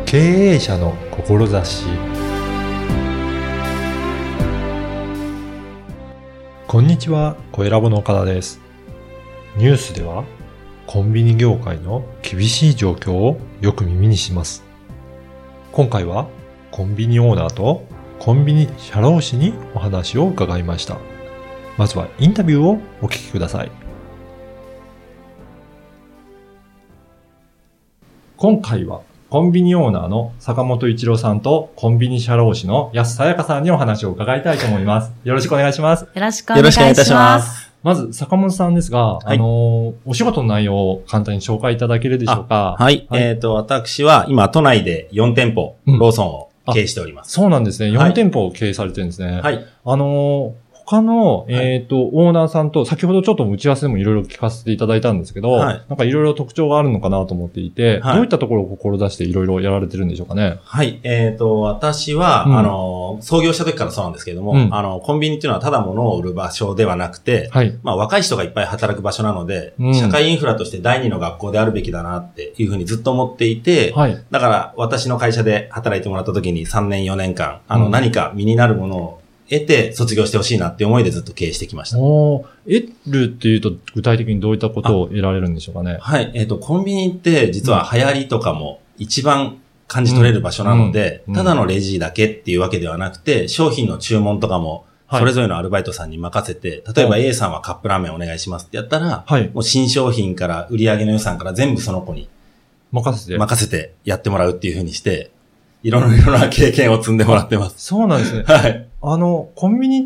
経営者の志。こんにちは、声ラボの岡田です。ニュースではコンビニ業界の厳しい状況をよく耳にします。今回はコンビニオーナーとコンビニ社労士にお話を伺いました。まずはインタビューをお聞きください。今回はコンビニオーナーの坂本一郎さんとコンビニ社労士の安さやかさんにお話を伺いたいと思います。よろしくお願いします。 よろしくお願いいたします。 まず坂本さんですが、はい、お仕事の内容を簡単に紹介いただけるでしょうか。 はい。私は今都内で4店舗、ローソンを経営しております。 そうなんですね。4店舗を経営されてるんですね。 はい。 他の、オーナーさんと、先ほどちょっと打ち合わせでもいろいろ聞かせていただいたんですけど、はい、なんかいろいろ特徴があるのかなと思っていて、はい、どういったところを志していろいろやられてるんでしょうかね。 はい。私は、創業した時からそうなんですけれども、コンビニっていうのはただ物を売る場所ではなくて、はい、若い人がいっぱい働く場所なので、社会インフラとして第二の学校であるべきだなっていうふうにずっと思っていて、はい、だから私の会社で働いてもらった時に3年4年間、何か身になるものを得て卒業してほしいなって思いでずっと経営してきました。 得るっていうと具体的にどういったことを得られるんでしょうかね。 はい。コンビニって実は流行りとかも一番感じ取れる場所なので、ただのレジだけっていうわけではなくて、商品の注文とかもそれぞれのアルバイトさんに任せて、例えば A さんはカップラーメンお願いしますってやったら、もう新商品から売り上げの予算から全部その子に任せてやってもらうっていう風にして、いろんな経験を積んでもらってます。 そうなんですね。はい。コンビニって、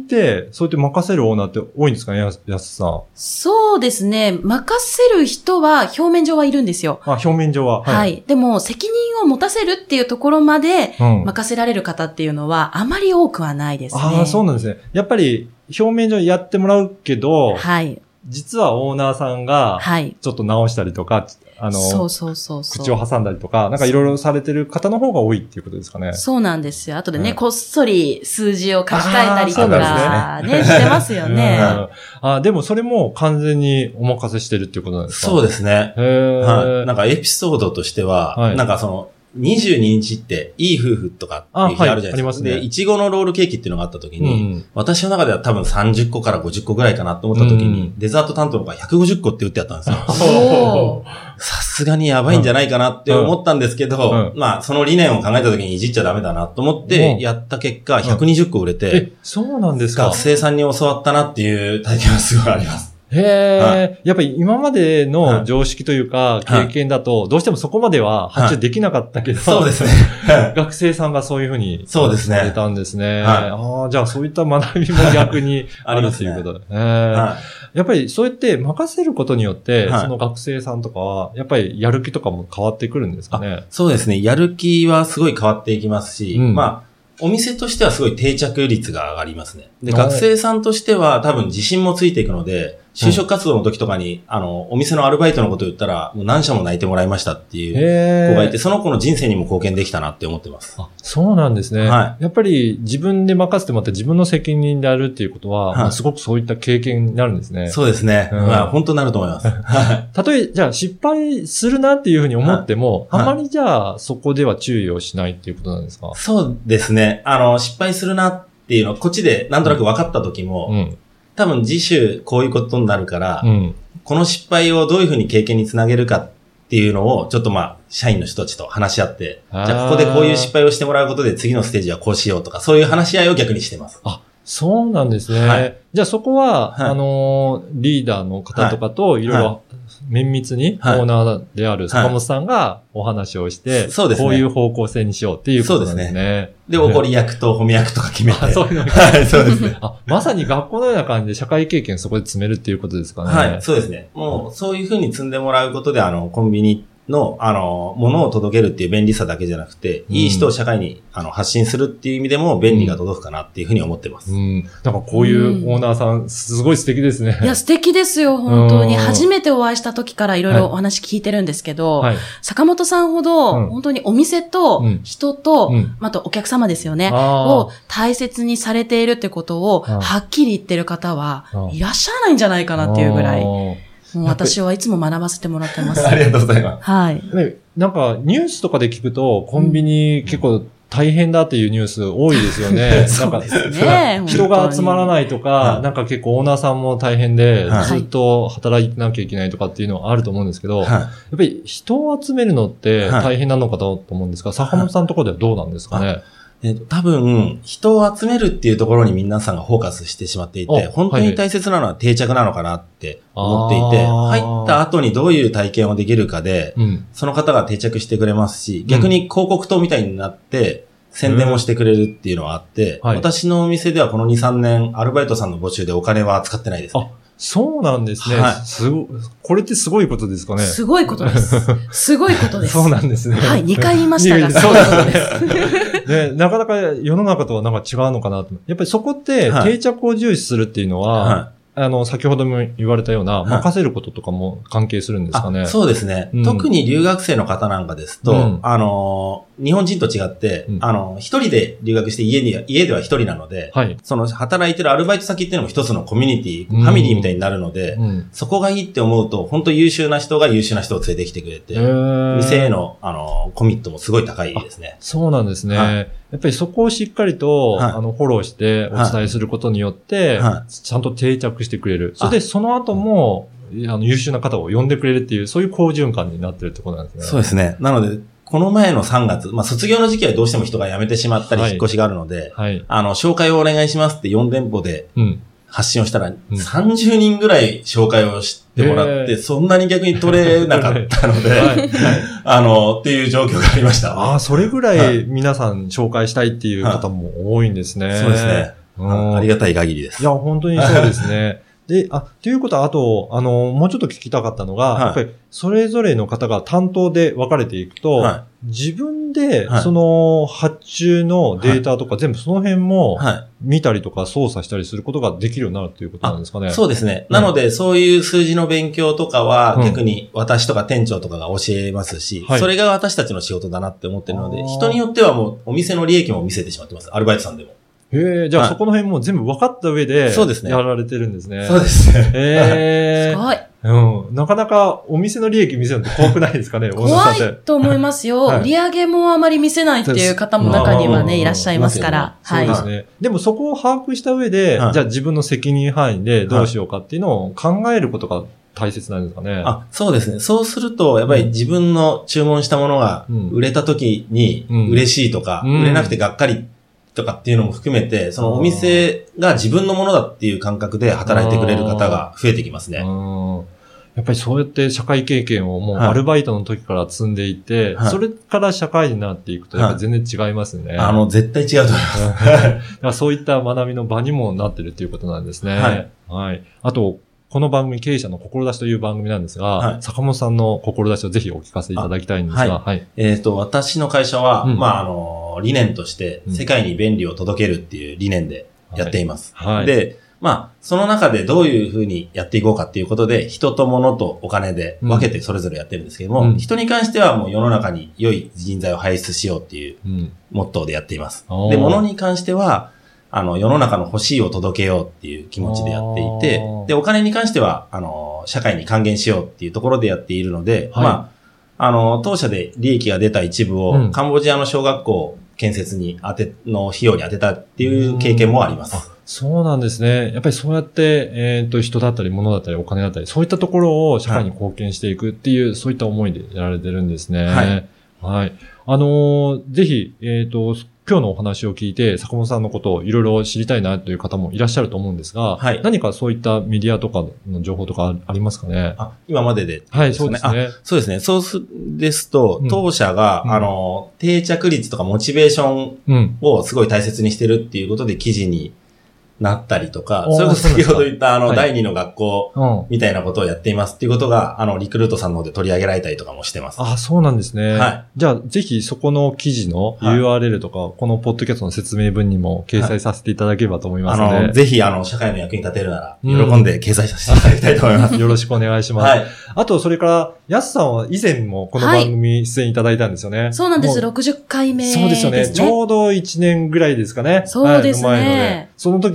そうやって任せるオーナーって多いんですかね、安さん。 そうですね。任せる人は表面上はいるんですよ。 表面上は。 はい。でも、責任を持たせるっていうところまで、任せられる方っていうのは、あまり多くはないですね。 そうなんですね。やっぱり、表面上やってもらうけど、 はい。 実はオーナーさんが、ちょっと直したりとか、 そう。 口を挟んだりとか、なんかいろいろされてる方の方が多いっていうことですかね。 そうなんですよ。あとでね、こっそり数字を書き換えたりとか、してますよね。 でもそれも完全にお任せしてるっていうことなんですか？ そうですね。はい。なんかエピソードとしては、なんか22日っていい夫婦とかっていう日あるじゃないですか。ありますね。で、いちごのロールケーキっていうのがあった時に、私の中では多分30個から50個ぐらいかなと思った時に、デザート担当の子が150個って打ってあったんですよ。さすがにやばいんじゃないかなって思ったんですけど、その理念を考えた時にいじっちゃダメだなと思ってやった結果、120個売れて、 そうなんですか。 学生さんに教わったなっていう体験はすごいあります。 やっぱり今までの常識というか経験だと、どうしてもそこまでは発注できなかったけど、 そうですね。 学生さんがそういうふうにそうですね。 されたんですね。じゃあそういった学びも逆にあるということで。やっぱりそうやって任せることによって、その学生さんとかは、やっぱりやる気とかも変わってくるんですかね。 そうですね。やる気はすごい変わっていきますし、お店としてはすごい定着率が上がりますね。で、学生さんとしては多分自信もついていくので、就職活動の時とかに、お店のアルバイトのことを言ったら、もう何社も泣いてもらいましたっていう子がいて、その子の人生にも貢献できたなって思ってます。 そうなんですね。やっぱり自分で任せてもらって自分の責任であるっていうことは、すごくそういった経験になるんですね。 そうですね。本当になると思います。 たとえ、じゃあ失敗するなっていうふうに思っても、あまりじゃあそこでは注意をしないっていうことなんですか？ そうですね。失敗するなっていうのは、こっちでなんとなく分かった時も、多分次週こういうことになるから、この失敗をどういうふうに経験につなげるかっていうのを、ちょっと社員の人たちと話し合って、じゃあここでこういう失敗をしてもらうことで次のステージはこうしようとか、そういう話し合いを逆にしてます。 そうなんですね。じゃあそこは、リーダーの方とかといろいろ綿密にオーナーである坂本さんがお話をして、こういう方向性にしようっていうことなんですね。 で、怒り役と褒め役とか決めて。 そういうのが。そうですね。まさに学校のような感じで社会経験そこで詰めるっていうことですかね。 はい、そうですね。もう、そういうふうに積んでもらうことで、コンビニの、ものを届けるっていう便利さだけじゃなくて、いい人を社会に、発信するっていう意味でも便利が届くかなっていうふうに思ってます。 なんかこういうオーナーさん、すごい素敵ですね。 いや、素敵ですよ、本当に。初めてお会いした時からいろいろお話聞いてるんですけど、坂本さんほど、本当にお店と人と、あとお客様ですよね、を大切にされているってことを、はっきり言ってる方はいらっしゃらないんじゃないかなっていうぐらい。 もう私はいつも学ばせてもらってます。 ありがとうございます。 はい。 なんか、ニュースとかで聞くと、コンビニ結構大変だっていうニュース多いですよね。 そうですね。 人が集まらないとか、なんか結構オーナーさんも大変で、ずっと働いてなきゃいけないとかっていうのはあると思うんですけど、やっぱり人を集めるのって大変なのかと思うんですが、坂本さんのところではどうなんですかね。 多分、人を集めるっていうところに皆さんがフォーカスしてしまっていて、本当に大切なのは定着なのかなって思っていて、入った後にどういう体験をできるかで、その方が定着してくれますし、逆に広告塔みたいになって、宣伝もしてくれるっていうのはあって、私のお店ではこの2、3年、アルバイトさんの募集でお金は使ってないですね。 そうなんですね。これってすごいことですかね。 すごいことです。すごいことです。 そうなんですね。 はい、2回言いましたが、そういうことです。 なかなか世の中とはなんか違うのかなと。やっぱりそこって定着を重視するっていうのは、先ほども言われたような、任せることとかも関係するんですかね。 そうですね。特に留学生の方なんかですと、日本人と違って、一人で留学して家では一人なので、その働いてるアルバイト先っていうのも一つのコミュニティ、ファミリーみたいになるので、そこがいいって思うと、本当優秀な人が優秀な人を連れてきてくれて、店への、コミットもすごい高いですね。 そうなんですね。やっぱりそこをしっかりと、フォローしてお伝えすることによって、ちゃんと定着してくれる。それで、その後も、優秀な方を呼んでくれるっていう、そういう好循環になってるってことなんですね。 そうですね。なので、この前の3月、卒業の時期はどうしても人が辞めてしまったり、引っ越しがあるので、紹介をお願いしますって4店舗で発信をしたら、30人ぐらい紹介をしてもらって、そんなに逆に取れなかったので、っていう状況がありました。 それぐらい皆さん紹介したいっていう方も多いんですね。 そうですね。ありがたい限りです。 いや、本当にそうですね。で、ということは、あと、もうちょっと聞きたかったのが、やっぱり、それぞれの方が担当で分かれていくと、自分で、その、発注のデータとか、全部その辺も、見たりとか操作したりすることができるようになるということなんですかね。 そうですね。なので、そういう数字の勉強とかは、逆に私とか店長とかが教えますし、それが私たちの仕事だなって思ってるので、人によってはもう、お店の利益も見せてしまってます。アルバイトさんでも。 じゃあそこの辺も全部分かった上で、そうですね。やられてるんですね。 そうですね。 すごい。 なかなかお店の利益見せるのって怖くないですかね、 怖いと思いますよ。売り上げもあまり見せないっていう方も中にはね、いらっしゃいますから。 そうですね。でもそこを把握した上で、じゃあ自分の責任範囲でどうしようかっていうのを考えることが大切なんですかね。 そうですね。そうすると、やっぱり自分の注文したものが売れた時に嬉しいとか、売れなくてがっかりとかっていうのも含めて、そのお店が自分のものだっていう感覚で働いてくれる方が増えてきますね。 やっぱりそうやって社会経験をもうアルバイトの時から積んでいて、それから社会になっていくとやっぱ全然違いますね。 絶対違うと思います。だからそういった学びの場にもなってるっていうことなんですね。あと、この番組、経営者の志という番組なんですが、坂本さんの志をぜひお聞かせいただきたいんですが、 私の会社は、理念として、世界に便利を届けるっていう理念でやっています。で、その中でどういうふうにやっていこうかっていうことで、人と物とお金で分けてそれぞれやってるんですけども、人に関してはもう世の中に良い人材を輩出しようっていうモットーでやっています。で、物に関しては、世の中の欲しいを届けようっていう気持ちでやっていて、で、お金に関しては、社会に還元しようっていうところでやっているので、当社で利益が出た一部を、カンボジアの小学校建設の費用に当てたっていう経験もあります。 そうなんですね。やっぱりそうやって、人だったり物だったりお金だったり、そういったところを社会に貢献していくっていう、そういった思いでやられてるんですね。ぜひ、今日のお話を聞いて、坂本さんのことをいろいろ知りたいなという方もいらっしゃると思うんですが、何かそういったメディアとかの情報とかありますかね？ 今までで、 そうですね。 そうですね。そうですと、当社が、定着率とかモチベーションをすごい大切にしてるっていうことで記事になったりとか、それこそ先ほど言った第二の学校みたいなことをやっていますっていうことが、リクルートさんの方で取り上げられたりとかもしてます。 そうなんですね。じゃあ、ぜひそこの記事の URL とか、このポッドキャストの説明文にも掲載させていただければと思いますので。 ぜひ、社会の役に立てるなら、喜んで掲載させていただきたいと思います。 よろしくお願いします。あと、それから、やすさんは以前もこの番組出演いただいたんですよね。 そうなんです。60回目ですね。 そうですよね。ちょうど1年ぐらいですかね。 そうですね。 その時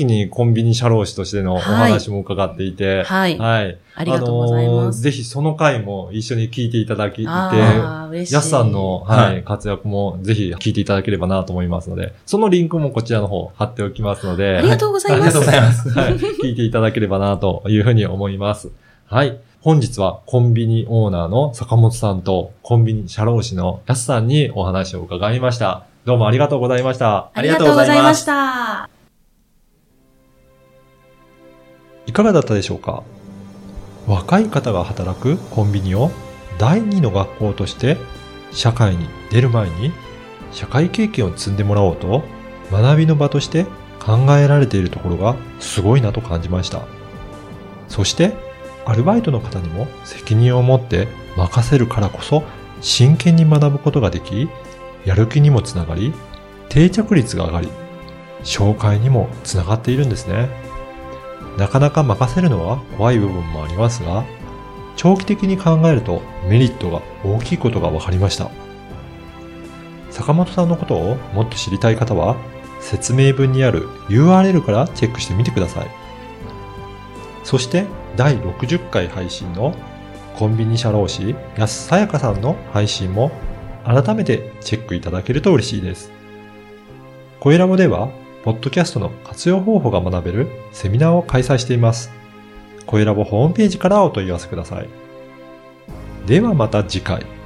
にコンビニ社労士としてのお話も伺っていて、 はい。はい。ありがとうございます。 ぜひその回も一緒に聞いていただきて、嬉しい。やすさんの、はい、活躍もぜひ聞いていただければなと思いますので、そのリンクもこちらの方貼っておきますので、 ありがとうございます。 ありがとうございます。 はい。聞いていただければなというふうに思います。はい。本日はコンビニオーナーの坂本さんとコンビニ社労士のやすさんにお話を伺いました。どうもありがとうございました。 ありがとうございました。 いかがだったでしょうか？若い方が働くコンビニを第二の学校として社会に出る前に社会経験を積んでもらおうと学びの場として考えられているところがすごいなと感じました。そしてアルバイトの方にも責任を持って任せるからこそ真剣に学ぶことができ、やる気にもつながり、定着率が上がり、紹介にもつながっているんですね。なかなか任せるのは怖い部分もありますが、長期的に考えるとメリットが大きいことが分かりました。坂本さんのことをもっと知りたい方は、説明文にある URL からチェックしてみてください。そして第60回配信のコンビニ社労士安さやかさんの配信も改めてチェックいただけると嬉しいです。コエラボではポッドキャストの活用方法が学べるセミナーを開催しています。コエラボホームページからお問い合わせください。ではまた次回。